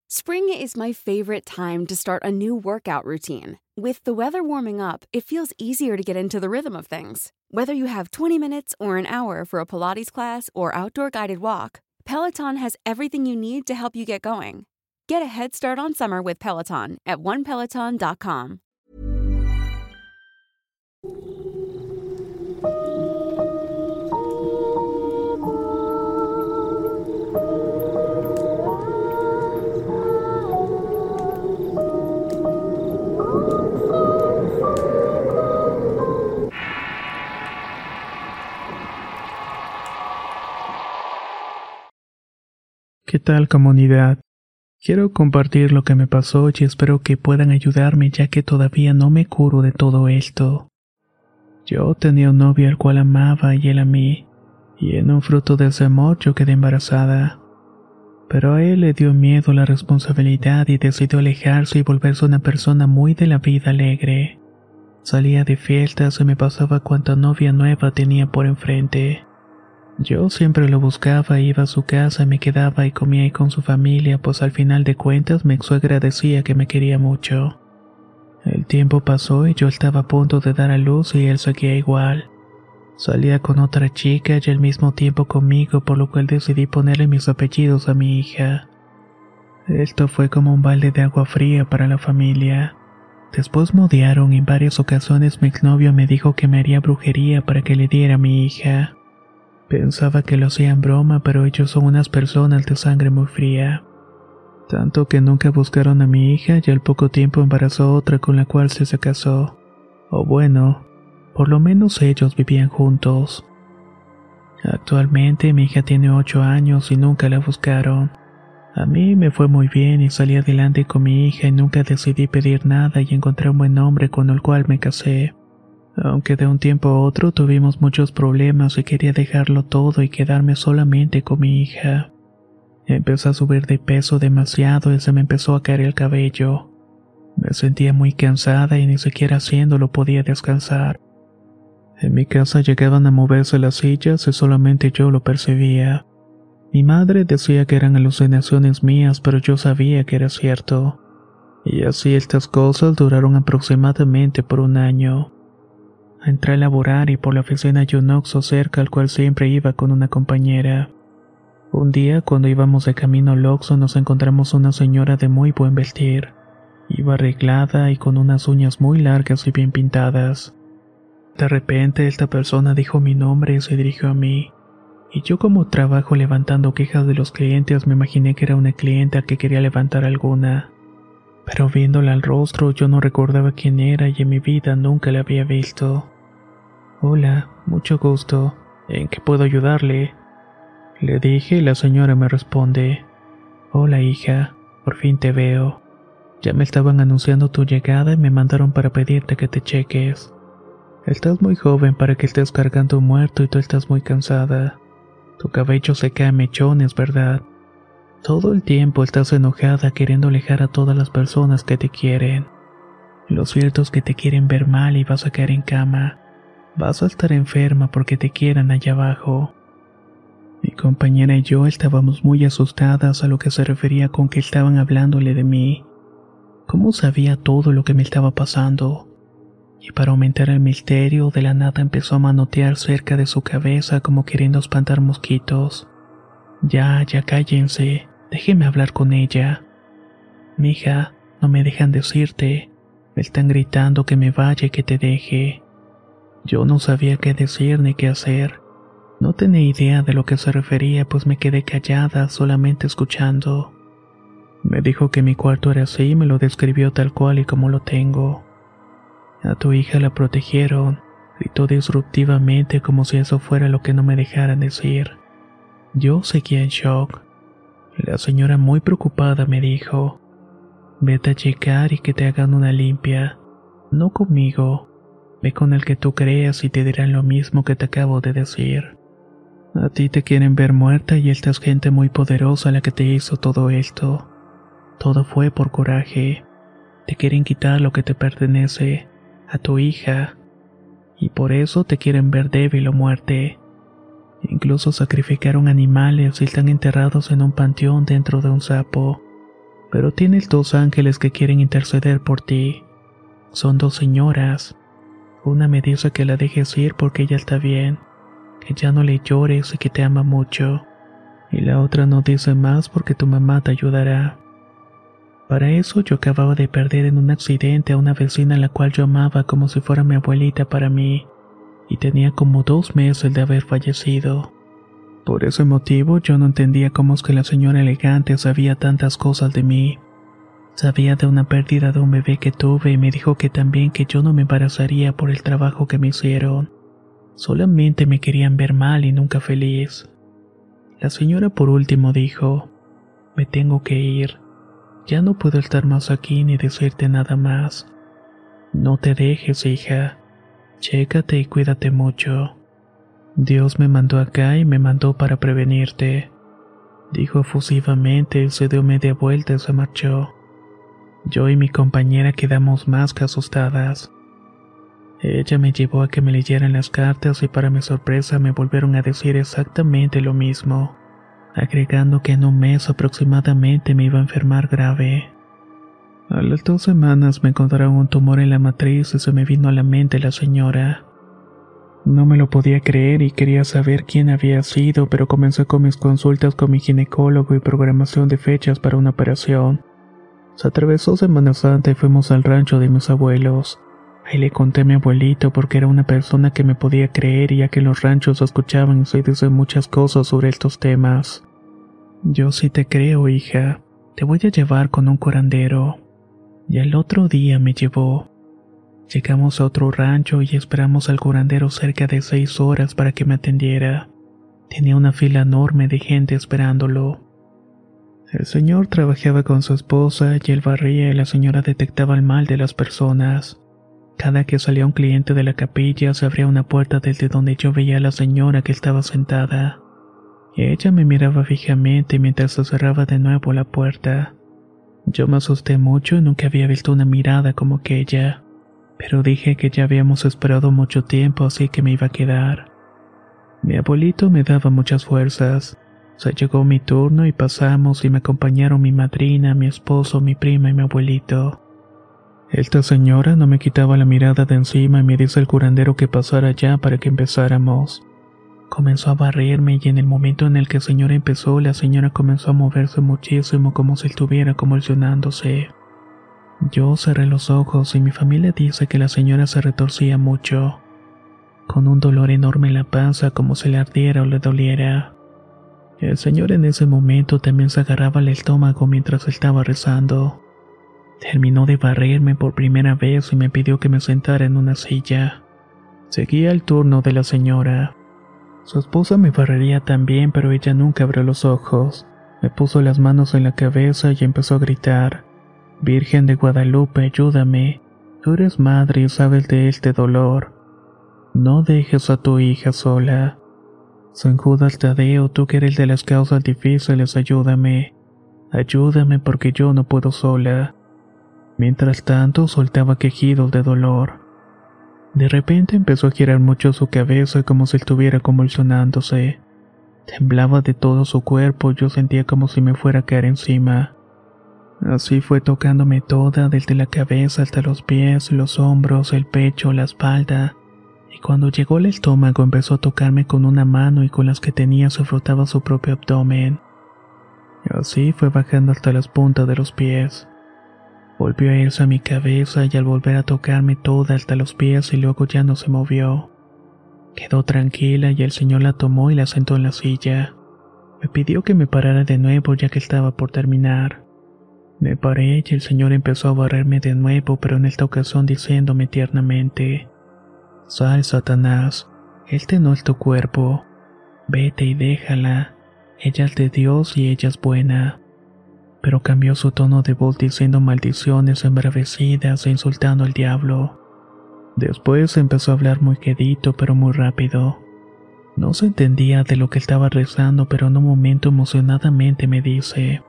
Spring is my favorite time to start a new workout routine. With the weather warming up, it feels easier to get into the rhythm of things. Whether you have 20 minutes or an hour for a Pilates class or outdoor guided walk, Peloton has everything you need to help you get going. Get a head start on summer with Peloton at onepeloton.com. ¿Qué tal, comunidad? Quiero compartir lo que me pasó y espero que puedan ayudarme ya que todavía no me curo de todo esto. Yo tenía un novio al cual amaba y él a mí, y en un fruto de ese amor yo quedé embarazada. Pero a él le dio miedo la responsabilidad y decidió alejarse y volverse una persona muy de la vida alegre. Salía de fiestas y me pasaba cuanta novia nueva tenía por enfrente. Yo siempre lo buscaba, iba a su casa, me quedaba y comía ahí con su familia, pues al final de cuentas mi ex-suegra decía que me quería mucho. El tiempo pasó y yo estaba a punto de dar a luz y él seguía igual. Salía con otra chica y al mismo tiempo conmigo, por lo cual decidí ponerle mis apellidos a mi hija. Esto fue como un balde de agua fría para la familia. Después me odiaron y en varias ocasiones mi exnovio me dijo que me haría brujería para que le diera a mi hija. Pensaba que lo hacía en broma, pero ellos son unas personas de sangre muy fría. Tanto que nunca buscaron a mi hija y al poco tiempo embarazó a otra con la cual se casó. O bueno, por lo menos ellos vivían juntos. Actualmente mi hija tiene 8 años y nunca la buscaron. A mí me fue muy bien y salí adelante con mi hija y nunca decidí pedir nada y encontré un buen hombre con el cual me casé. Aunque de un tiempo a otro tuvimos muchos problemas y quería dejarlo todo y quedarme solamente con mi hija. Empecé a subir de peso demasiado y se me empezó a caer el cabello. Me sentía muy cansada y ni siquiera haciéndolo podía descansar. En mi casa llegaban a moverse las sillas y solamente yo lo percibía. Mi madre decía que eran alucinaciones mías, pero yo sabía que era cierto. Y así estas cosas duraron aproximadamente por 1 año. Entré a laborar y por la oficina hay un Oxxo cerca al cual siempre iba con una compañera. Un día cuando íbamos de camino al Oxxo nos encontramos una señora de muy buen vestir. Iba arreglada y con unas uñas muy largas y bien pintadas. De repente esta persona dijo mi nombre y se dirigió a mí. Y yo como trabajo levantando quejas de los clientes me imaginé que era una clienta que quería levantar alguna. Pero viéndola al rostro yo no recordaba quién era y en mi vida nunca la había visto. Hola, mucho gusto. ¿En qué puedo ayudarle? Le dije y la señora me responde. Hola hija, por fin te veo. Ya me estaban anunciando tu llegada y me mandaron para pedirte que te cheques. Estás muy joven para que estés cargando un muerto y tú estás muy cansada. Tu cabello se cae a mechones, ¿verdad? Todo el tiempo estás enojada queriendo alejar a todas las personas que te quieren. Lo cierto es que te quieren ver mal y vas a caer en cama. Vas a estar enferma porque te quieran allá abajo. Mi compañera y yo estábamos muy asustadas a lo que se refería con que estaban hablándole de mí. ¿Cómo sabía todo lo que me estaba pasando? Y para aumentar el misterio, de la nada empezó a manotear cerca de su cabeza como queriendo espantar mosquitos. Ya cállense, déjeme hablar con ella. Mija, no me dejan decirte. Me están gritando que me vaya y que te deje. Yo no sabía qué decir ni qué hacer. No tenía idea de lo que se refería, pues me quedé callada, solamente escuchando. Me dijo que mi cuarto era así y me lo describió tal cual y como lo tengo. A tu hija la protegieron, gritó disruptivamente como si eso fuera lo que no me dejaran decir. Yo seguía en shock. La señora muy preocupada me dijo, vete a checar y que te hagan una limpia. No conmigo, ve con el que tú creas y te dirán lo mismo que te acabo de decir. A ti te quieren ver muerta y esta es gente muy poderosa la que te hizo todo esto. Todo fue por coraje. Te quieren quitar lo que te pertenece, a tu hija, y por eso te quieren ver débil o muerte. Incluso sacrificaron animales y están enterrados en un panteón dentro de un sapo. pero tienes 2 ángeles que quieren interceder por ti. Son 2 señoras. Una me dice que la dejes ir porque ella está bien, que ya no le llores y que te ama mucho. Y la otra no dice más porque tu mamá te ayudará. Para eso yo acababa de perder en un accidente a una vecina a la cual yo amaba como si fuera mi abuelita para mí, y tenía como 2 meses de haber fallecido. Por ese motivo yo no entendía cómo es que la señora elegante sabía tantas cosas de mí. Sabía de una pérdida de un bebé que tuve y me dijo que también que yo no me embarazaría por el trabajo que me hicieron. Solamente me querían ver mal y nunca feliz. La señora por último dijo: me tengo que ir. Ya no puedo estar más aquí ni decirte nada más. No te dejes, hija. Chécate y cuídate mucho. Dios me mandó acá y me mandó para prevenirte. Dijo efusivamente, se dio media vuelta y se marchó. Yo y mi compañera quedamos más que asustadas. Ella me llevó a que me leyeran las cartas y para mi sorpresa me volvieron a decir exactamente lo mismo, agregando que en un mes aproximadamente me iba a enfermar grave. A las 2 semanas me encontraron un tumor en la matriz y se me vino a la mente la señora. No me lo podía creer y quería saber quién había sido, pero comencé con mis consultas con mi ginecólogo y programación de fechas para una operación. Se atravesó Semana Santa y fuimos al rancho de mis abuelos. Ahí le conté a mi abuelito porque era una persona que me podía creer, ya que en los ranchos escuchaban y se dicen muchas cosas sobre estos temas. Yo sí te creo, hija. Te voy a llevar con un curandero. Y al otro día me llevó. Llegamos a otro rancho y esperamos al curandero cerca de 6 horas para que me atendiera. Tenía una fila enorme de gente esperándolo. El señor trabajaba con su esposa y él barría y la señora detectaba el mal de las personas. Cada que salía un cliente de la capilla se abría una puerta desde donde yo veía a la señora que estaba sentada. Ella me miraba fijamente mientras se cerraba de nuevo la puerta. Yo me asusté mucho y nunca había visto una mirada como aquella, pero dije que ya habíamos esperado mucho tiempo, así que me iba a quedar. Mi abuelito me daba muchas fuerzas. Se llegó mi turno y pasamos y me acompañaron mi madrina, mi esposo, mi prima y mi abuelito. Esta señora no me quitaba la mirada de encima y me dice el curandero que pasara ya para que empezáramos. Comenzó a barrerme y en el momento en el que el señor empezó, la señora comenzó a moverse muchísimo como si estuviera convulsionándose. Yo cerré los ojos y mi familia dice que la señora se retorcía mucho, con un dolor enorme en la panza como si le ardiera o le doliera. El señor en ese momento también se agarraba el estómago mientras estaba rezando. Terminó de barrerme por primera vez y me pidió que me sentara en una silla. Seguía el turno de la señora. Su esposa me barrería también, pero ella nunca abrió los ojos. Me puso las manos en la cabeza y empezó a gritar: Virgen de Guadalupe, ayúdame. Tú eres madre y sabes de este dolor. No dejes a tu hija sola. San Judas Tadeo, tú que eres de las causas difíciles, ayúdame. Ayúdame porque yo no puedo sola. Mientras tanto, soltaba quejidos de dolor. De repente empezó a girar mucho su cabeza como si estuviera convulsionándose. Temblaba de todo su cuerpo y yo sentía como si me fuera a caer encima. Así fue tocándome toda, desde la cabeza hasta los pies, los hombros, el pecho, la espalda. Y cuando llegó al estómago empezó a tocarme con una mano y con las que tenía se frotaba su propio abdomen. Así fue bajando hasta las puntas de los pies. Volvió a irse a mi cabeza y al volver a tocarme toda hasta los pies y luego ya no se movió. Quedó tranquila y el señor la tomó y la sentó en la silla. Me pidió que me parara de nuevo ya que estaba por terminar. Me paré y el señor empezó a barrerme de nuevo, pero en esta ocasión diciéndome tiernamente: Sal, Satanás, este no es tu cuerpo. Vete y déjala. Ella es de Dios y ella es buena. Pero cambió su tono de voz diciendo maldiciones embravecidas e insultando al diablo. Después empezó a hablar muy quedito pero muy rápido. No se entendía de lo que estaba rezando, pero en un momento emocionadamente me dice: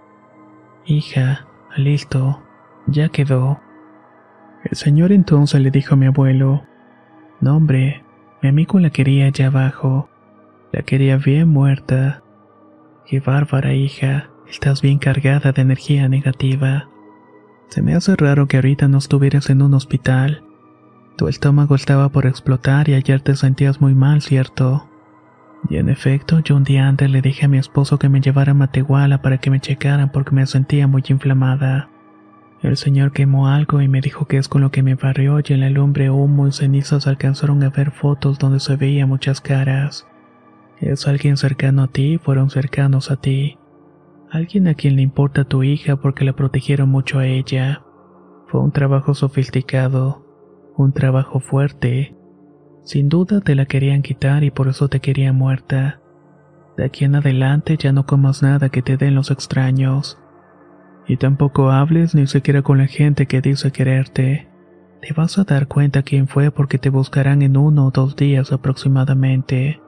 Hija, listo, ya quedó. El señor entonces le dijo a mi abuelo: No hombre, mi amigo la quería allá abajo. La quería bien muerta. Qué bárbara, hija. Estás bien cargada de energía negativa. Se me hace raro que ahorita no estuvieras en un hospital. Tu estómago estaba por explotar y ayer te sentías muy mal, ¿cierto? Y en efecto, yo un día antes le dije a mi esposo que me llevara a Matehuala para que me checaran porque me sentía muy inflamada. El señor quemó algo y me dijo que es con lo que me barrió, y en la lumbre, humo y cenizas alcanzaron a ver fotos donde se veían muchas caras. ¿Es alguien cercano a ti? ¿Fueron cercanos a ti? Alguien a quien le importa tu hija porque la protegieron mucho a ella. Fue un trabajo sofisticado, un trabajo fuerte. Sin duda te la querían quitar y por eso te querían muerta. De aquí en adelante ya no comas nada que te den los extraños. Y tampoco hables ni siquiera con la gente que dice quererte. Te vas a dar cuenta quién fue porque te buscarán en 1 o 2 días aproximadamente.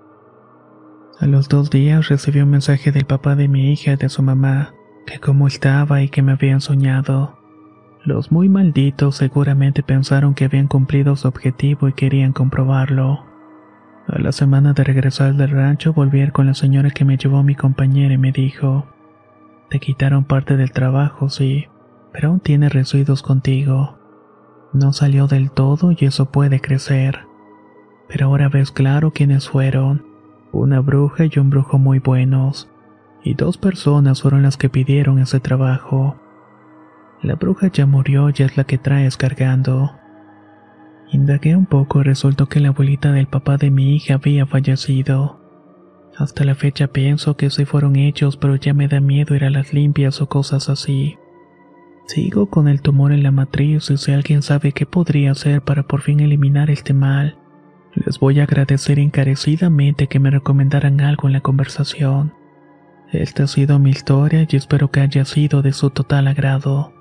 A los 2 días recibí un mensaje del papá de mi hija y de su mamá, que cómo estaba y que me habían soñado. Los muy malditos seguramente pensaron que habían cumplido su objetivo y querían comprobarlo. A la semana de regresar del rancho volví a ir con la señora que me llevó mi compañera y me dijo: te quitaron parte del trabajo, sí, pero aún tiene residuos contigo. No salió del todo y eso puede crecer. Pero ahora ves claro quiénes fueron. Una bruja y un brujo muy buenos. Y 2 personas fueron las que pidieron ese trabajo. La bruja ya murió y es la que traes cargando. Indagué un poco y resultó que la abuelita del papá de mi hija había fallecido. Hasta la fecha pienso que sí fueron ellos, pero ya me da miedo ir a las limpias o cosas así. Sigo con el tumor en la matriz y si alguien sabe qué podría hacer para por fin eliminar este mal, les voy a agradecer encarecidamente que me recomendaran algo en la conversación. Esta ha sido mi historia y espero que haya sido de su total agrado.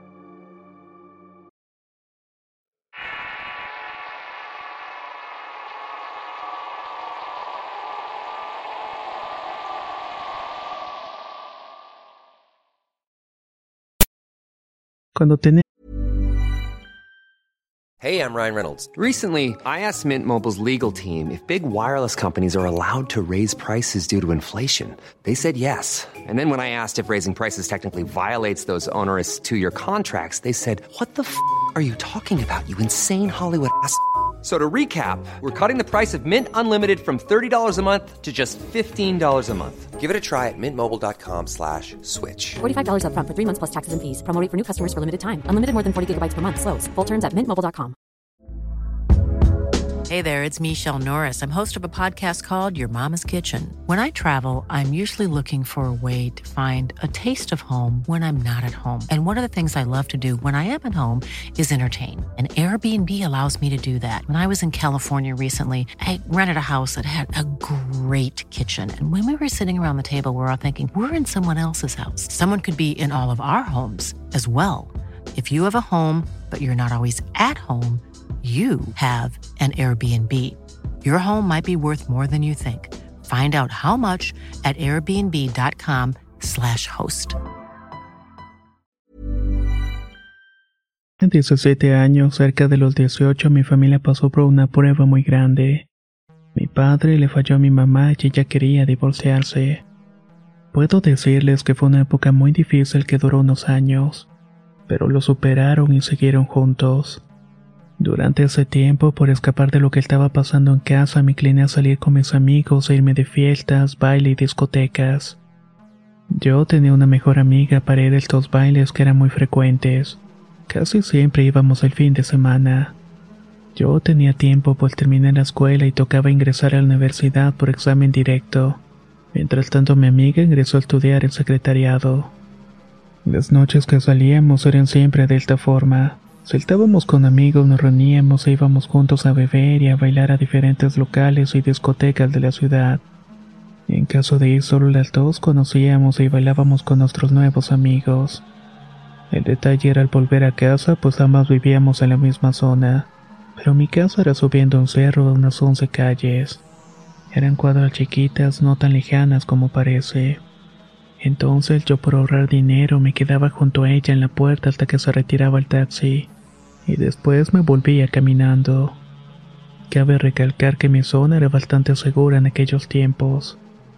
Cuando tenés Hey, I'm Ryan Reynolds. Recently, I asked Mint Mobile's legal team if big wireless companies are allowed to raise prices due to inflation. They said yes. And then when I asked if raising prices technically violates those onerous 2-year contracts, they said, "What the f*** are you talking about, you insane Hollywood ass?" So to recap, we're cutting the price of Mint Unlimited from $30 a month to just $15 a month. Give it a try at mintmobile.com/switch. $45 up front for 3 months plus taxes and fees. Promo rate for new customers for limited time. Unlimited more than 40 gigabytes per month. Slows full terms at mintmobile.com. Hey there, it's Michelle Norris. I'm host of a podcast called Your Mama's Kitchen. When I travel, I'm usually looking for a way to find a taste of home when I'm not at home. And one of the things I love to do when I am at home is entertain. And Airbnb allows me to do that. When I was in California recently, I rented a house that had a great kitchen. And when we were sitting around the table, we're all thinking, we're in someone else's house. Someone could be in all of our homes as well. If you have a home, but you're not always at home, you have an Airbnb. Your home might be worth more than you think. Find out how much at airbnb.com/host. 17 años, cerca de los 18, mi familia pasó por una prueba muy grande. Mi padre le falló a mi mamá y ella quería divorciarse. Puedo decirles que fue una época muy difícil que duró unos años, pero lo superaron y siguieron juntos. Durante ese tiempo, por escapar de lo que estaba pasando en casa, me incliné a salir con mis amigos e irme de fiestas, baile y discotecas. Yo tenía una mejor amiga para ir a estos bailes que eran muy frecuentes. Casi siempre íbamos el fin de semana. Yo tenía tiempo pues terminé la escuela y tocaba ingresar a la universidad por examen directo. Mientras tanto mi amiga ingresó a estudiar el secretariado. Las noches que salíamos eran siempre de esta forma. Si estábamos con amigos nos reuníamos e íbamos juntos a beber y a bailar a diferentes locales y discotecas de la ciudad. En caso de ir solo las dos conocíamos y bailábamos con nuestros nuevos amigos. El detalle era al volver a casa pues ambas vivíamos en la misma zona, pero mi casa era subiendo un cerro de unas 11 calles. Eran cuadras chiquitas no tan lejanas como parece. Entonces yo por ahorrar dinero me quedaba junto a ella en la puerta hasta que se retiraba el taxi, y después me volvía caminando. Cabe recalcar que mi zona era bastante segura en aquellos tiempos.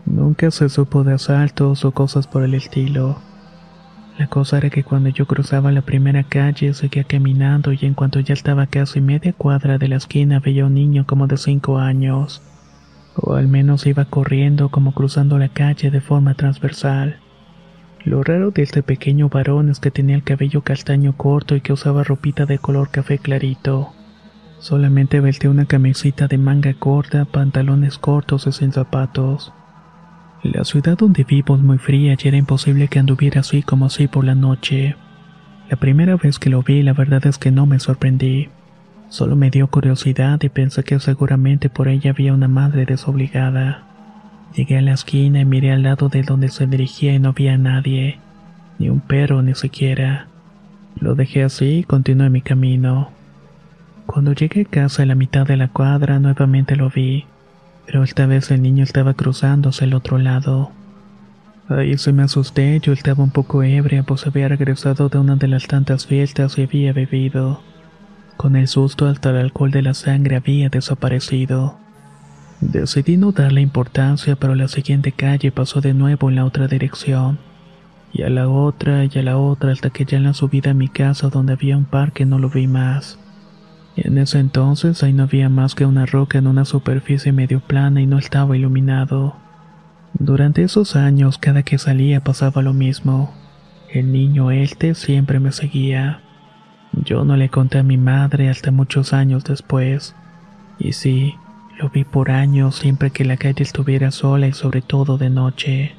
Nunca se supo de asaltos o cosas por el estilo. La cosa era que cuando yo cruzaba la primera calle seguía caminando y en cuanto ya estaba casi media cuadra de la esquina veía un niño como de 5 años. O al menos iba corriendo como cruzando la calle de forma transversal. Lo raro de este pequeño varón es que tenía el cabello castaño corto y que usaba ropita de color café clarito. Solamente vestía una camisita de manga corta, pantalones cortos y sin zapatos. La ciudad donde vivo es muy fría y era imposible que anduviera así como así por la noche. La primera vez que lo vi, la verdad es que no me sorprendí. Solo me dio curiosidad y pensé que seguramente por ella había una madre desobligada. Llegué a la esquina y miré al lado de donde se dirigía y no había nadie, ni un perro ni siquiera. Lo dejé así y continué mi camino. Cuando llegué a casa a la mitad de la cuadra nuevamente lo vi, pero esta vez el niño estaba cruzándose al otro lado. Ahí se me asusté, yo estaba un poco ebria pues había regresado de una de las tantas fiestas y había bebido. Con el susto hasta el alcohol de la sangre había desaparecido. Decidí no darle importancia, pero la siguiente calle pasó de nuevo en la otra dirección. Y a la otra hasta que ya en la subida a mi casa donde había un parque no lo vi más. En ese entonces ahí no había más que una roca en una superficie medio plana y no estaba iluminado. Durante esos años cada que salía pasaba lo mismo. El niño siempre me seguía. Yo no le conté a mi madre hasta muchos años después. Y sí, lo vi por años siempre que la calle estuviera sola y sobre todo de noche.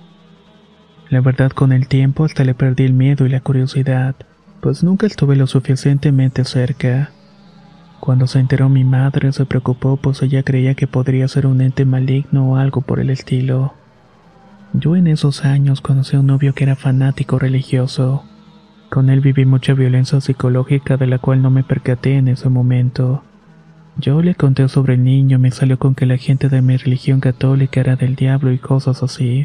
La verdad con el tiempo hasta le perdí el miedo y la curiosidad, pues nunca estuve lo suficientemente cerca. Cuando se enteró mi madre se preocupó pues ella creía que podría ser un ente maligno o algo por el estilo. Yo en esos años conocí a un novio que era fanático religioso. Con él viví mucha violencia psicológica de la cual no me percaté en ese momento. Yo le conté sobre el niño y me salió con que la gente de mi religión católica era del diablo y cosas así.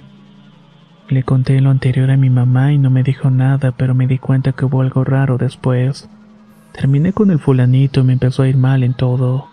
Le conté lo anterior a mi mamá y no me dijo nada, pero me di cuenta que hubo algo raro después. Terminé con el fulanito y me empezó a ir mal en todo.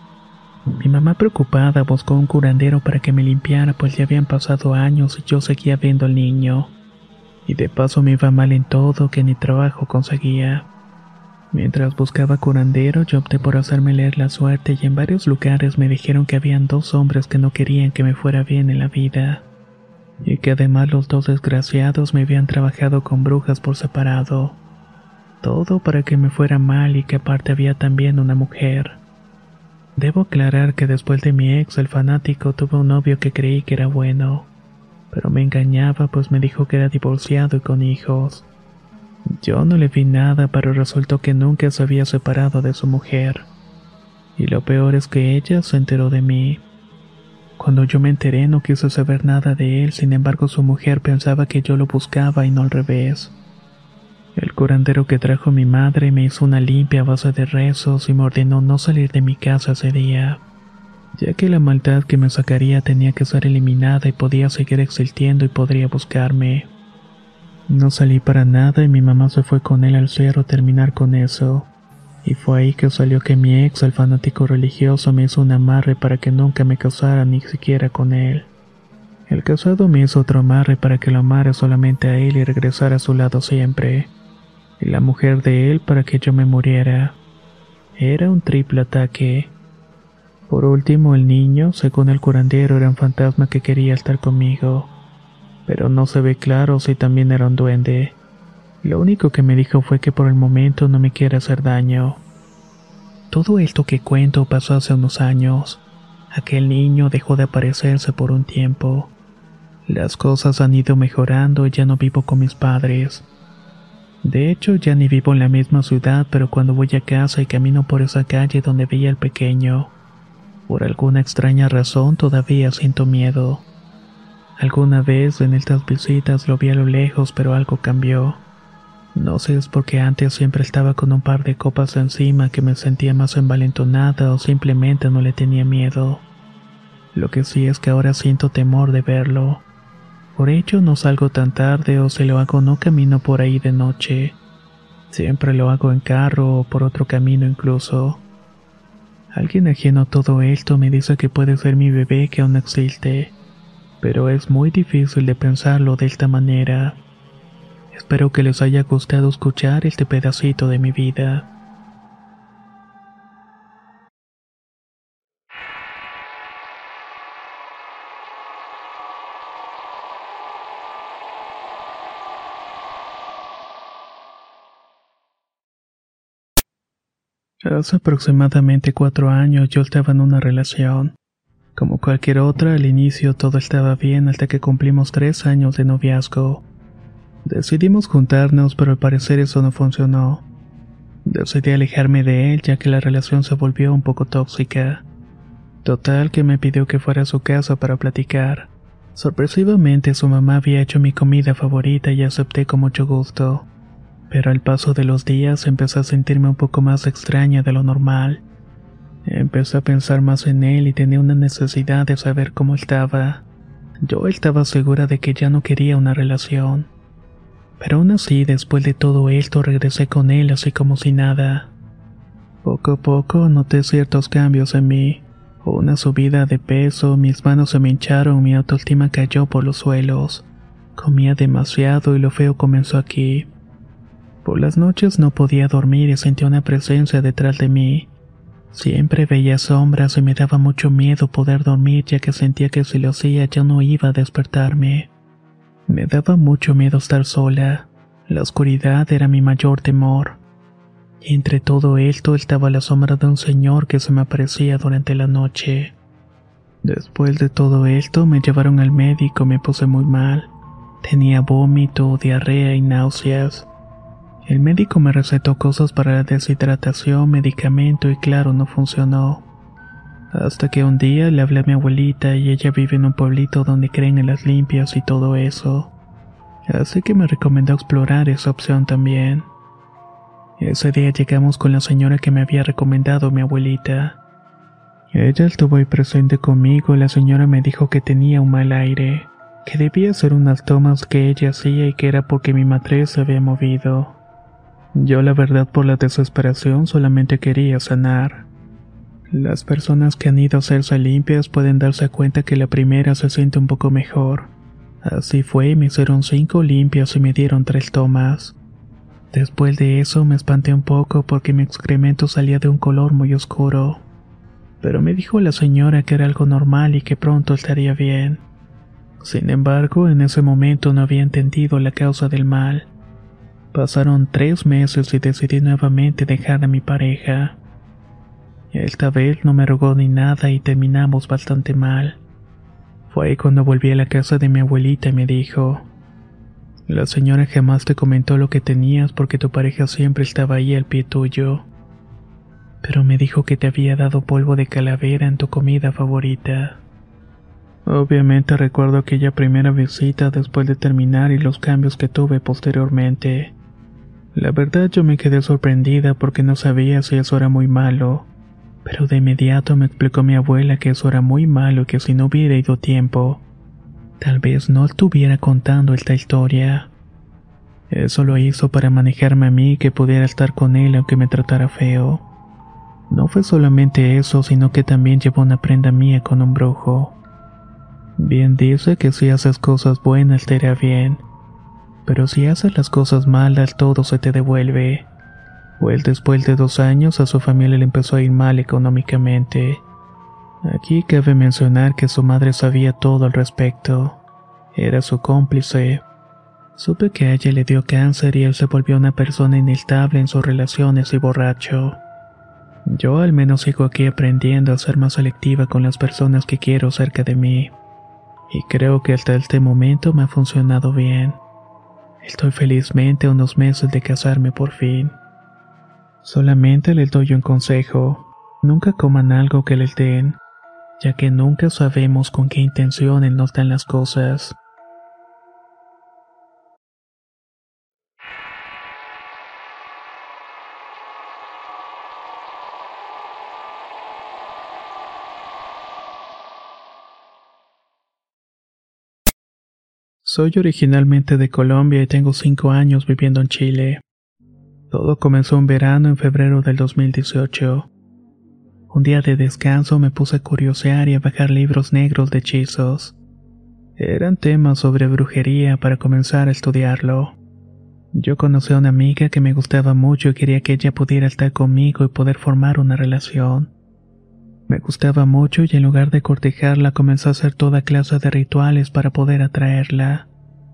Mi mamá preocupada buscó un curandero para que me limpiara pues ya habían pasado años y yo seguía viendo al niño. Y de paso me iba mal en todo que ni trabajo conseguía. Mientras buscaba curandero yo opté por hacerme leer la suerte y en varios lugares me dijeron que habían 2 hombres que no querían que me fuera bien en la vida. Y que además los 2 desgraciados me habían trabajado con brujas por separado. Todo para que me fuera mal y que aparte había también una mujer. Debo aclarar que después de mi ex, el fanático, tuve un novio que creí que era bueno. Pero me engañaba pues me dijo que era divorciado y con hijos. Yo no le vi nada, pero resultó que nunca se había separado de su mujer. Y lo peor es que ella se enteró de mí. Cuando yo me enteré no quise saber nada de él, sin embargo su mujer pensaba que yo lo buscaba y no al revés. El curandero que trajo mi madre me hizo una limpia a base de rezos y me ordenó no salir de mi casa ese día, ya que la maldad que me sacaría tenía que ser eliminada y podía seguir existiendo y podría buscarme. No salí para nada y mi mamá se fue con él al cerro a terminar con eso. Y fue ahí que salió que mi ex, el fanático religioso, me hizo un amarre para que nunca me casara ni siquiera con él. El casado me hizo otro amarre para que lo amara solamente a él y regresara a su lado siempre. Y la mujer de él para que yo me muriera. Era un triple ataque. Por último, el niño, según el curandero, era un fantasma que quería estar conmigo. Pero no se ve claro si también era un duende. Lo único que me dijo fue que por el momento no me quiere hacer daño. Todo esto que cuento pasó hace unos años. Aquel niño dejó de aparecerse por un tiempo. Las cosas han ido mejorando y ya no vivo con mis padres. De hecho, ya ni vivo en la misma ciudad, pero cuando voy a casa y camino por esa calle donde veía al pequeño, por alguna extraña razón todavía siento miedo. Alguna vez en estas visitas lo vi a lo lejos, pero algo cambió. No sé si es porque antes siempre estaba con un par de copas encima que me sentía más envalentonada o simplemente no le tenía miedo. Lo que sí es que ahora siento temor de verlo. Por ello no salgo tan tarde o si lo hago no camino por ahí de noche. Siempre lo hago en carro o por otro camino incluso. Alguien ajeno a todo esto me dice que puede ser mi bebé que aún no existe. pero es muy difícil de pensarlo de esta manera. Espero que les haya gustado escuchar este pedacito de mi vida. Hace aproximadamente 4 años yo estaba en una relación. Como cualquier otra, al inicio todo estaba bien hasta que cumplimos 3 años de noviazgo. Decidimos juntarnos, pero al parecer eso no funcionó. Decidí alejarme de él ya que la relación se volvió un poco tóxica. Total que me pidió que fuera a su casa para platicar. Sorpresivamente su mamá había hecho mi comida favorita y acepté con mucho gusto. Pero al paso de los días empecé a sentirme un poco más extraña de lo normal. Empecé a pensar más en él y tenía una necesidad de saber cómo estaba. Yo estaba segura de que ya no quería una relación. Pero aún así, después de todo esto, regresé con él así como si nada. Poco a poco noté ciertos cambios en mí. Una subida de peso, mis manos se me hincharon, mi autoestima cayó por los suelos. Comía demasiado y lo feo comenzó aquí. Por las noches no podía dormir y sentía una presencia detrás de mí. Siempre veía sombras y me daba mucho miedo poder dormir ya que sentía que si lo hacía ya no iba a despertarme. Me daba mucho miedo estar sola. La oscuridad era mi mayor temor. Y entre todo esto estaba la sombra de un señor que se me aparecía durante la noche. Después de todo esto me llevaron al médico y me puse muy mal. Tenía vómito, diarrea y náuseas. El médico me recetó cosas para la deshidratación, medicamento y claro, no funcionó. Hasta que un día le hablé a mi abuelita y ella vive en un pueblito donde creen en las limpias y todo eso. Así que me recomendó explorar esa opción también. Ese día llegamos con la señora que me había recomendado mi abuelita. Ella estuvo ahí presente conmigo y la señora me dijo que tenía un mal aire, que debía ser unas tomas que ella hacía y que era porque mi matriz se había movido. Yo la verdad por la desesperación solamente quería sanar. Las personas que han ido a hacerse limpias pueden darse cuenta que la primera se siente un poco mejor. Así fue, me hicieron 5 limpias y me dieron 3 tomas. Después de eso me espanté un poco porque mi excremento salía de un color muy oscuro. Pero me dijo la señora que era algo normal y que pronto estaría bien. Sin embargo, en ese momento no había entendido la causa del mal. Pasaron 3 meses y decidí nuevamente dejar a mi pareja. Esta vez no me rogó ni nada y terminamos bastante mal. Fue ahí cuando volví a la casa de mi abuelita y me dijo: la señora jamás te comentó lo que tenías porque tu pareja siempre estaba ahí al pie tuyo. Pero me dijo que te había dado polvo de calavera en tu comida favorita. Obviamente recuerdo aquella primera visita después de terminar y los cambios que tuve posteriormente. La verdad yo me quedé sorprendida porque no sabía si eso era muy malo, pero de inmediato me explicó mi abuela que eso era muy malo y que si no hubiera ido tiempo, tal vez no estuviera contando esta historia. Eso lo hizo para manejarme a mí y que pudiera estar con él aunque me tratara feo. No fue solamente eso, sino que también llevó una prenda mía con un brujo. Bien dice que si haces cosas buenas te irá bien, pero si haces las cosas malas todo se te devuelve. Pues después de 2 años a su familia le empezó a ir mal económicamente. Aquí cabe mencionar que su madre sabía todo al respecto. Era su cómplice. Supe que a ella le dio cáncer y él se volvió una persona inestable en sus relaciones y borracho. Yo al menos sigo aquí aprendiendo a ser más selectiva con las personas que quiero cerca de mí. Y creo que hasta este momento me ha funcionado bien. Estoy felizmente a unos meses de casarme por fin. Solamente les doy un consejo: nunca coman algo que les den, ya que nunca sabemos con qué intenciones nos dan las cosas. Soy originalmente de Colombia y tengo 5 años viviendo en Chile. Todo comenzó en verano en febrero del 2018. Un día de descanso me puse a curiosear y a bajar libros negros de hechizos. Eran temas sobre brujería para comenzar a estudiarlo. Yo conocí a una amiga que me gustaba mucho y quería que ella pudiera estar conmigo y poder formar una relación. Me gustaba mucho y en lugar de cortejarla comencé a hacer toda clase de rituales para poder atraerla.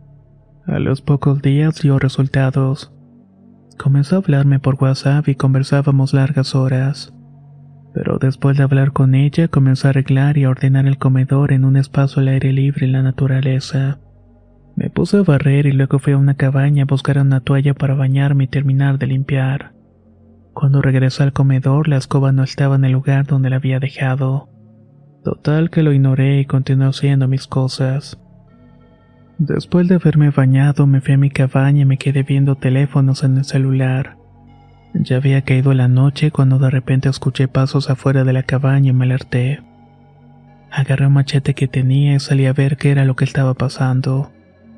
A los pocos días dio resultados. Comenzó a hablarme por WhatsApp y conversábamos largas horas. Pero después de hablar con ella comencé a arreglar y a ordenar el comedor en un espacio al aire libre en la naturaleza. Me puse a barrer y luego fui a una cabaña a buscar una toalla para bañarme y terminar de limpiar. Cuando regresé al comedor, la escoba no estaba en el lugar donde la había dejado. Total que lo ignoré y continué haciendo mis cosas. Después de haberme bañado, me fui a mi cabaña y me quedé viendo teléfonos en el celular. Ya había caído la noche cuando de repente escuché pasos afuera de la cabaña y me alerté. Agarré un machete que tenía y salí a ver qué era lo que estaba pasando.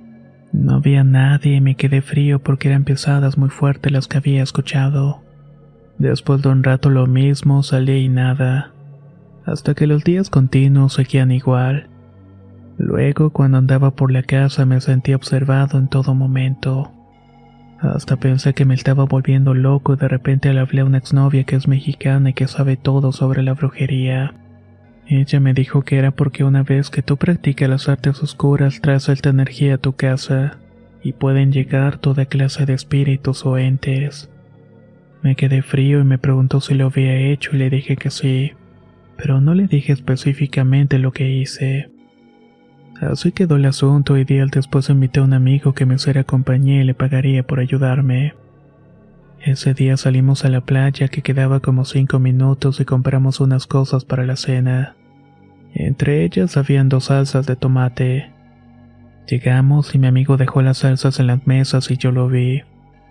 No había nadie y me quedé frío porque eran pisadas muy fuertes las que había escuchado. Después de un rato lo mismo, salí y nada. Hasta que los días continuos seguían igual. Luego, cuando andaba por la casa, me sentí observado en todo momento. Hasta pensé que me estaba volviendo loco y de repente le hablé a una exnovia que es mexicana y que sabe todo sobre la brujería. Ella me dijo que era porque una vez que tú practicas las artes oscuras traes esta energía a tu casa y pueden llegar toda clase de espíritus o entes. Me quedé frío y me preguntó si lo había hecho y le dije que sí, pero no le dije específicamente lo que hice. Así quedó el asunto y días después invité a un amigo que me hiciera compañía y le pagaría por ayudarme. Ese día salimos a la playa que quedaba como 5 minutos y compramos unas cosas para la cena. Entre ellas habían 2 salsas de tomate. Llegamos y mi amigo dejó las salsas en las mesas y yo lo vi.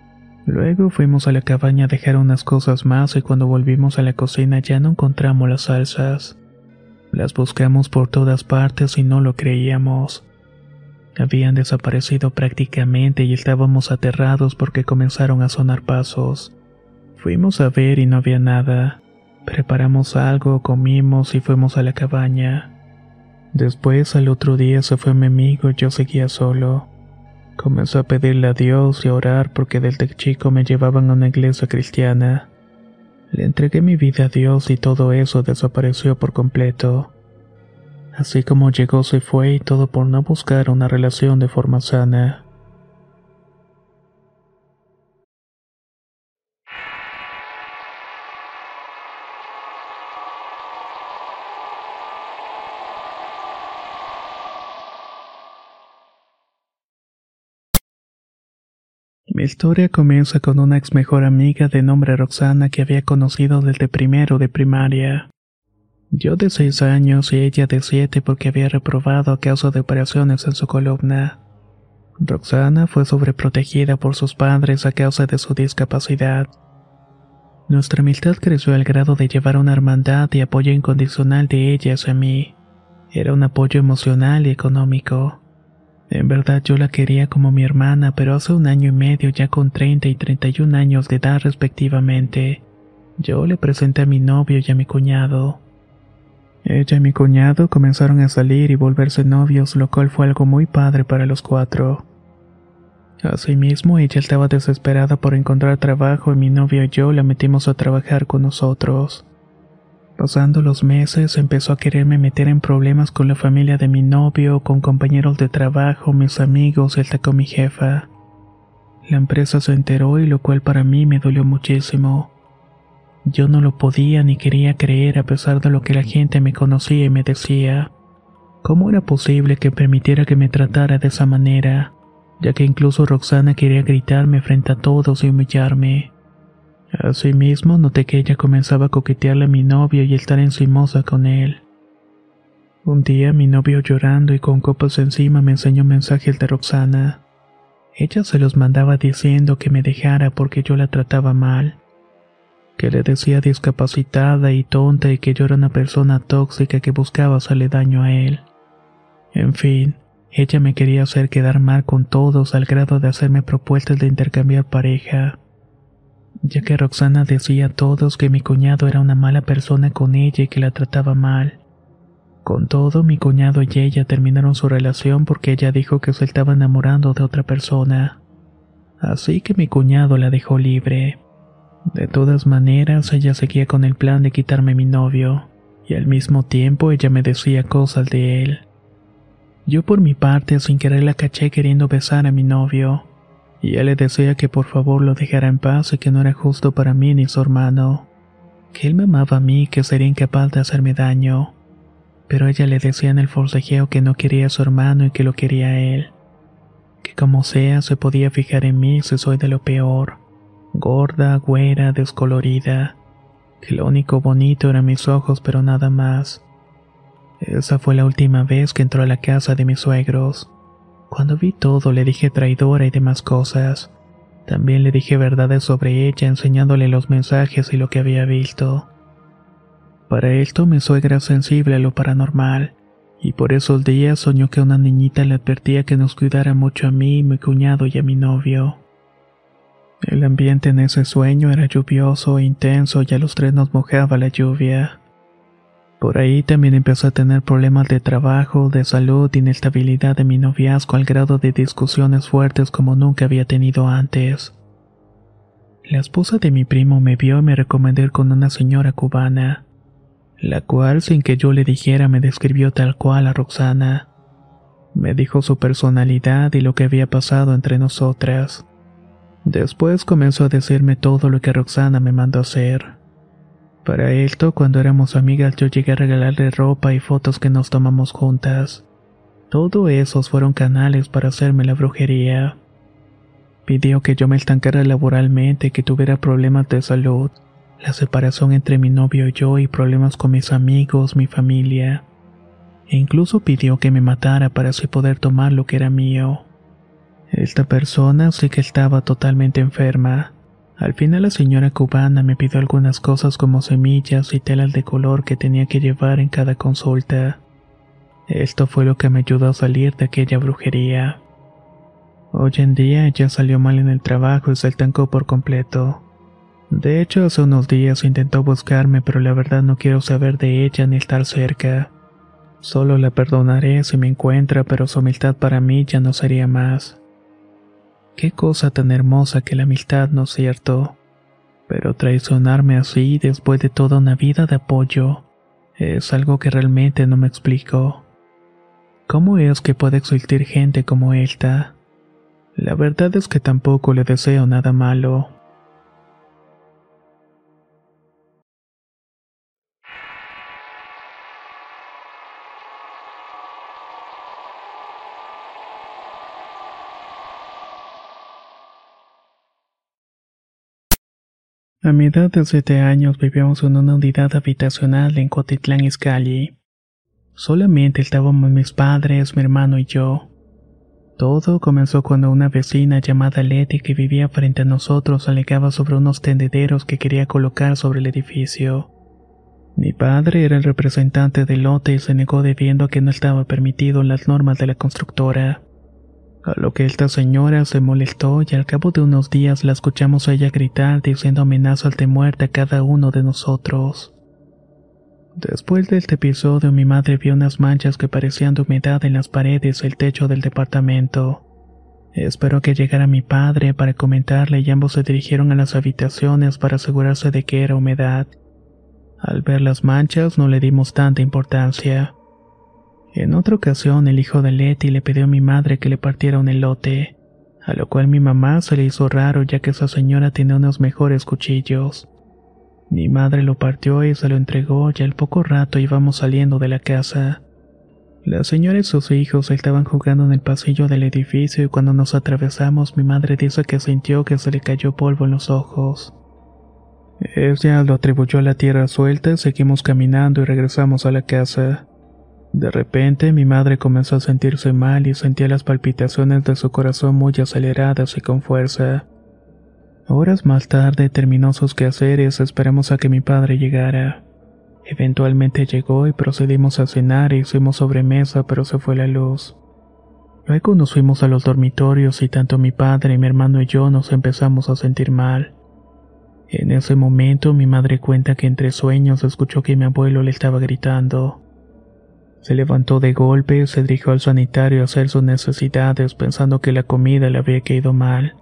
Luego fuimos a la cabaña a dejar unas cosas más y cuando volvimos a la cocina ya no encontramos las salsas. Las buscamos por todas partes y no lo creíamos. Habían desaparecido prácticamente y estábamos aterrados porque comenzaron a sonar pasos. Fuimos a ver y no había nada. Preparamos algo, comimos y fuimos a la cabaña. Después, al otro día se fue mi amigo y yo seguía solo. Comenzó a pedirle a Dios y a orar porque desde chico me llevaban a una iglesia cristiana. Le entregué mi vida a Dios y todo eso desapareció por completo. Así como llegó se fue y todo por no buscar una relación de forma sana. Mi historia comienza con una ex mejor amiga de nombre Roxana que había conocido desde primero de primaria. Yo de 6 años y ella de 7 porque había reprobado a causa de operaciones en su columna. Roxana fue sobreprotegida por sus padres a causa de su discapacidad. Nuestra amistad creció al grado de llevar una hermandad y apoyo incondicional de ella hacia mí. Era un apoyo emocional y económico. En verdad yo la quería como mi hermana, pero hace 1 año y medio, ya con 30 y 31 años de edad respectivamente, yo le presenté a mi novio y a mi cuñado. Ella y mi cuñado comenzaron a salir y volverse novios, lo cual fue algo muy padre para los 4. Asimismo, ella estaba desesperada por encontrar trabajo y mi novio y yo la metimos a trabajar con nosotros. Pasando los meses, empezó a quererme meter en problemas con la familia de mi novio, con compañeros de trabajo, mis amigos y hasta con mi jefa. La empresa se enteró y lo cual para mí me dolió muchísimo. Yo no lo podía ni quería creer a pesar de lo que la gente me conocía y me decía. ¿Cómo era posible que permitiera que me tratara de esa manera? Ya que incluso Roxana quería gritarme frente a todos y humillarme. Asimismo, noté que ella comenzaba a coquetearle a mi novio y estar encimosa con él. Un día, mi novio llorando y con copas encima me enseñó mensajes de Roxana. Ella se los mandaba diciendo que me dejara porque yo la trataba mal. Que le decía discapacitada y tonta y que yo era una persona tóxica que buscaba hacerle daño a él. En fin, ella me quería hacer quedar mal con todos al grado de hacerme propuestas de intercambiar pareja. Ya que Roxana decía a todos que mi cuñado era una mala persona con ella y que la trataba mal. Con todo, mi cuñado y ella terminaron su relación porque ella dijo que se estaba enamorando de otra persona. Así que mi cuñado la dejó libre. De todas maneras, ella seguía con el plan de quitarme mi novio, y al mismo tiempo ella me decía cosas de él. Yo por mi parte sin querer la caché queriendo besar a mi novio, y él le decía que por favor lo dejara en paz y que no era justo para mí ni su hermano, que él me amaba a mí y que sería incapaz de hacerme daño. Pero ella le decía en el forcejeo que no quería a su hermano y que lo quería a él, que como sea se podía fijar en mí si soy de lo peor, gorda, güera, descolorida, que lo único bonito eran mis ojos pero nada más. Esa fue la última vez que entró a la casa de mis suegros. Cuando vi todo le dije traidora y demás cosas. También le dije verdades sobre ella enseñándole los mensajes y lo que había visto. Para esto mi suegra es sensible a lo paranormal, y por esos días soñó que una niñita le advertía que nos cuidara mucho a mí, mi cuñado y a mi novio. El ambiente en ese sueño era lluvioso e intenso y a los tres nos mojaba la lluvia. Por ahí también empezó a tener problemas de trabajo, de salud y inestabilidad de mi noviazgo al grado de discusiones fuertes como nunca había tenido antes. La esposa de mi primo me vio y me recomendó ir con una señora cubana, la cual sin que yo le dijera me describió tal cual a Roxana. Me dijo su personalidad y lo que había pasado entre nosotras. Después comenzó a decirme todo lo que Roxana me mandó hacer. Para esto, cuando éramos amigas, yo llegué a regalarle ropa y fotos que nos tomamos juntas. Todo esos fueron canales para hacerme la brujería. Pidió que yo me estancara laboralmente, que tuviera problemas de salud, la separación entre mi novio y yo y problemas con mis amigos, mi familia. E incluso pidió que me matara para así poder tomar lo que era mío. Esta persona sí que estaba totalmente enferma. Al final la señora cubana me pidió algunas cosas como semillas y telas de color que tenía que llevar en cada consulta. Esto fue lo que me ayudó a salir de aquella brujería. Hoy en día ella salió mal en el trabajo y se estancó por completo. De hecho, hace unos días intentó buscarme, pero la verdad no quiero saber de ella ni estar cerca. Solo la perdonaré si me encuentra, pero su amistad para mí ya no sería más. Qué cosa tan hermosa que la amistad, ¿no es cierto? Pero traicionarme así después de toda una vida de apoyo es algo que realmente no me explico. ¿Cómo es que puede existir gente como esta? La verdad es que tampoco le deseo nada malo. A mi edad de 7 años vivíamos en una unidad habitacional en Cuautitlán Izcalli. Solamente estábamos mis padres, mi hermano y yo. Todo comenzó cuando una vecina llamada Leti que vivía frente a nosotros alegaba sobre unos tendederos que quería colocar sobre el edificio. Mi padre era el representante del lote y se negó debido a que no estaba permitido en las normas de la constructora. A lo que esta señora se molestó y al cabo de unos días la escuchamos a ella gritar diciendo amenazas de muerte a cada uno de nosotros. Después de este episodio mi madre vio unas manchas que parecían de humedad en las paredes y el techo del departamento. Esperó que llegara mi padre para comentarle y ambos se dirigieron a las habitaciones para asegurarse de que era humedad. Al ver las manchas no le dimos tanta importancia. En otra ocasión el hijo de Leti le pidió a mi madre que le partiera un elote, a lo cual mi mamá se le hizo raro ya que esa señora tenía unos mejores cuchillos. Mi madre lo partió y se lo entregó y al poco rato íbamos saliendo de la casa. La señora y sus hijos estaban jugando en el pasillo del edificio y cuando nos atravesamos mi madre dice que sintió que se le cayó polvo en los ojos. Ella lo atribuyó a la tierra suelta y seguimos caminando y regresamos a la casa. De repente mi madre comenzó a sentirse mal y sentía las palpitaciones de su corazón muy aceleradas y con fuerza. Horas más tarde terminó sus quehaceres, esperamos a que mi padre llegara. Eventualmente llegó y procedimos a cenar e hicimos sobremesa, pero se fue la luz. Luego nos fuimos a los dormitorios y tanto mi padre, mi hermano y yo nos empezamos a sentir mal. En ese momento mi madre cuenta que entre sueños escuchó que mi abuelo le estaba gritando. Se levantó de golpe, se dirigió al sanitario a hacer sus necesidades pensando que la comida le había caído mal.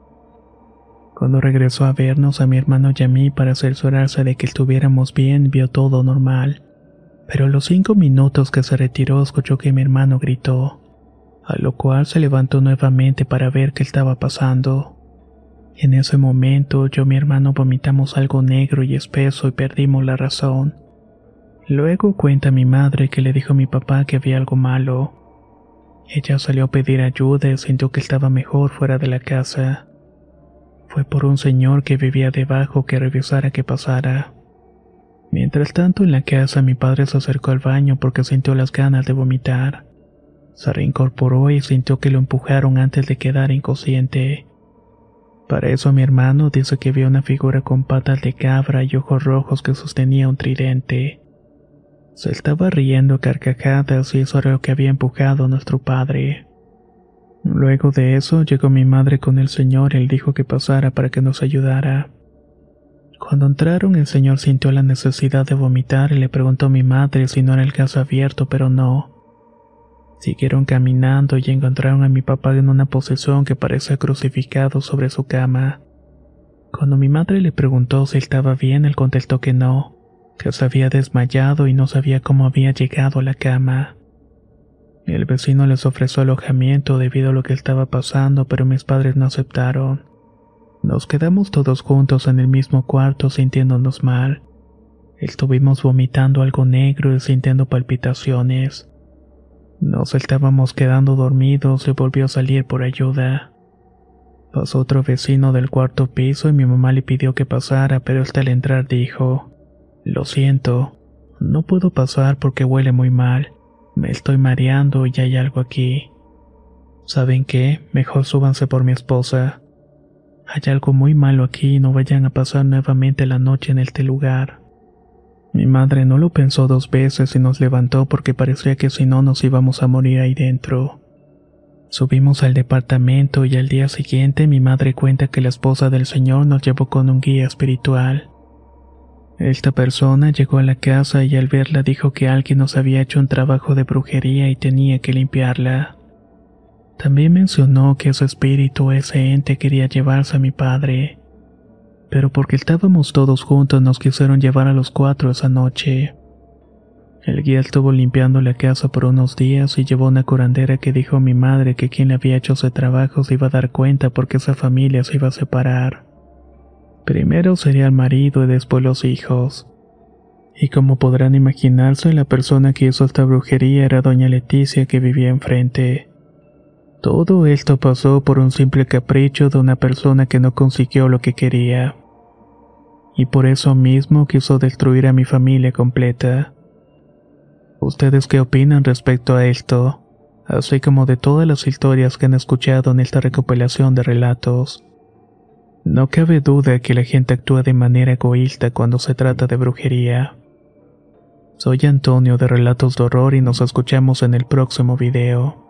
Cuando regresó a vernos a mi hermano y a mí para cerciorarse de que estuviéramos bien, vio todo normal. Pero a los 5 minutos que se retiró escuchó que mi hermano gritó, a lo cual se levantó nuevamente para ver qué estaba pasando. En ese momento yo y mi hermano vomitamos algo negro y espeso y perdimos la razón. Luego cuenta mi madre que le dijo a mi papá que había algo malo. Ella salió a pedir ayuda y sintió que estaba mejor fuera de la casa. Fue por un señor que vivía debajo que revisara qué pasara. Mientras tanto en la casa mi padre se acercó al baño porque sintió las ganas de vomitar. Se reincorporó y sintió que lo empujaron antes de quedar inconsciente. Para eso mi hermano dice que vio una figura con patas de cabra y ojos rojos que sostenía un tridente. Se estaba riendo a carcajadas y eso era lo que había empujado a nuestro padre. Luego de eso llegó mi madre con el señor y él dijo que pasara para que nos ayudara. Cuando entraron el señor sintió la necesidad de vomitar y le preguntó a mi madre si no era el gas abierto, pero no. Siguieron caminando y encontraron a mi papá en una posición que parecía crucificado sobre su cama. Cuando mi madre le preguntó si estaba bien, él contestó que no, que se había desmayado y no sabía cómo había llegado a la cama. El vecino les ofreció alojamiento debido a lo que estaba pasando, pero mis padres no aceptaron. Nos quedamos todos juntos en el mismo cuarto sintiéndonos mal. Estuvimos vomitando algo negro y sintiendo palpitaciones. Nos estábamos quedando dormidos y volvió a salir por ayuda. Pasó otro vecino del cuarto piso y mi mamá le pidió que pasara, pero él al entrar dijo: «Lo siento, no puedo pasar porque huele muy mal. Me estoy mareando y hay algo aquí. ¿Saben qué? Mejor súbanse por mi esposa. Hay algo muy malo aquí y no vayan a pasar nuevamente la noche en este lugar». Mi madre no lo pensó 2 veces y nos levantó porque parecía que si no nos íbamos a morir ahí dentro. Subimos al departamento y al día siguiente mi madre cuenta que la esposa del señor nos llevó con un guía espiritual. Esta persona llegó a la casa y al verla dijo que alguien nos había hecho un trabajo de brujería y tenía que limpiarla. También mencionó que ese espíritu, ese ente, quería llevarse a mi padre. Pero porque estábamos todos juntos nos quisieron llevar a los 4 esa noche. El guía estuvo limpiando la casa por unos días y llevó una curandera que dijo a mi madre que quien le había hecho ese trabajo se iba a dar cuenta porque esa familia se iba a separar. Primero sería el marido y después los hijos. Y como podrán imaginarse, la persona que hizo esta brujería era doña Leticia, que vivía enfrente. Todo esto pasó por un simple capricho de una persona que no consiguió lo que quería. Y por eso mismo quiso destruir a mi familia completa. ¿Ustedes qué opinan respecto a esto? Así como de todas las historias que han escuchado en esta recopilación de relatos. No cabe duda que la gente actúa de manera egoísta cuando se trata de brujería. Soy Antonio de Relatos de Horror y nos escuchamos en el próximo video.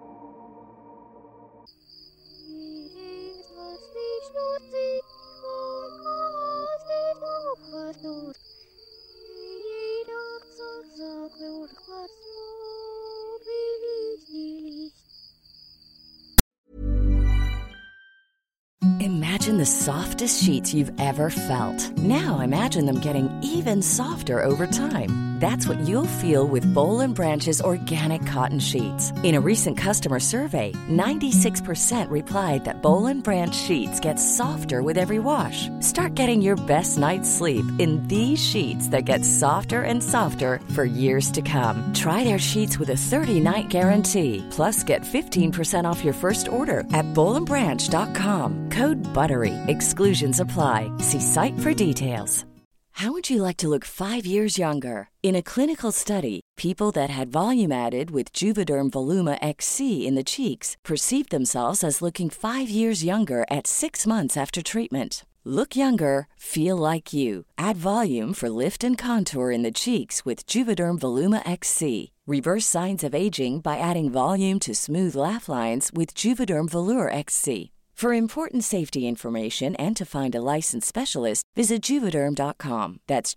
Imagine the softest sheets you've ever felt. Now imagine them getting even softer over time. That's what you'll feel with Boll & Branch's organic cotton sheets. In a recent customer survey, 96% replied that Boll & Branch sheets get softer with every wash. Start getting your best night's sleep in these sheets that get softer and softer for years to come. Try their sheets with a 30-night guarantee. Plus, get 15% off your first order at bollandbranch.com. Code BUTTERY. Exclusions apply. See site for details. How would you like to look 5 years younger? In a clinical study, people that had volume added with Juvederm Voluma XC in the cheeks perceived themselves as looking 5 years younger at 6 months after treatment. Look younger, feel like you. Add volume for lift and contour in the cheeks with Juvederm Voluma XC. Reverse signs of aging by adding volume to smooth laugh lines with Juvederm Volure XC. For important safety information and to find a licensed specialist, visit Juvederm.com. That's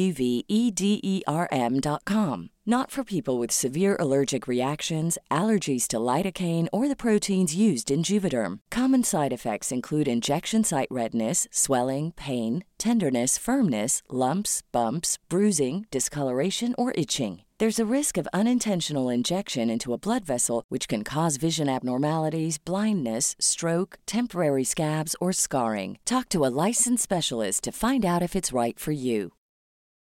JUVEDERM.com. Not for people with severe allergic reactions, allergies to lidocaine, or the proteins used in Juvederm. Common side effects include injection site redness, swelling, pain, tenderness, firmness, lumps, bumps, bruising, discoloration, or itching. There's a risk of unintentional injection into a blood vessel, which can cause vision abnormalities, blindness, stroke, temporary scabs, or scarring. Talk to a licensed specialist to find out if it's right for you.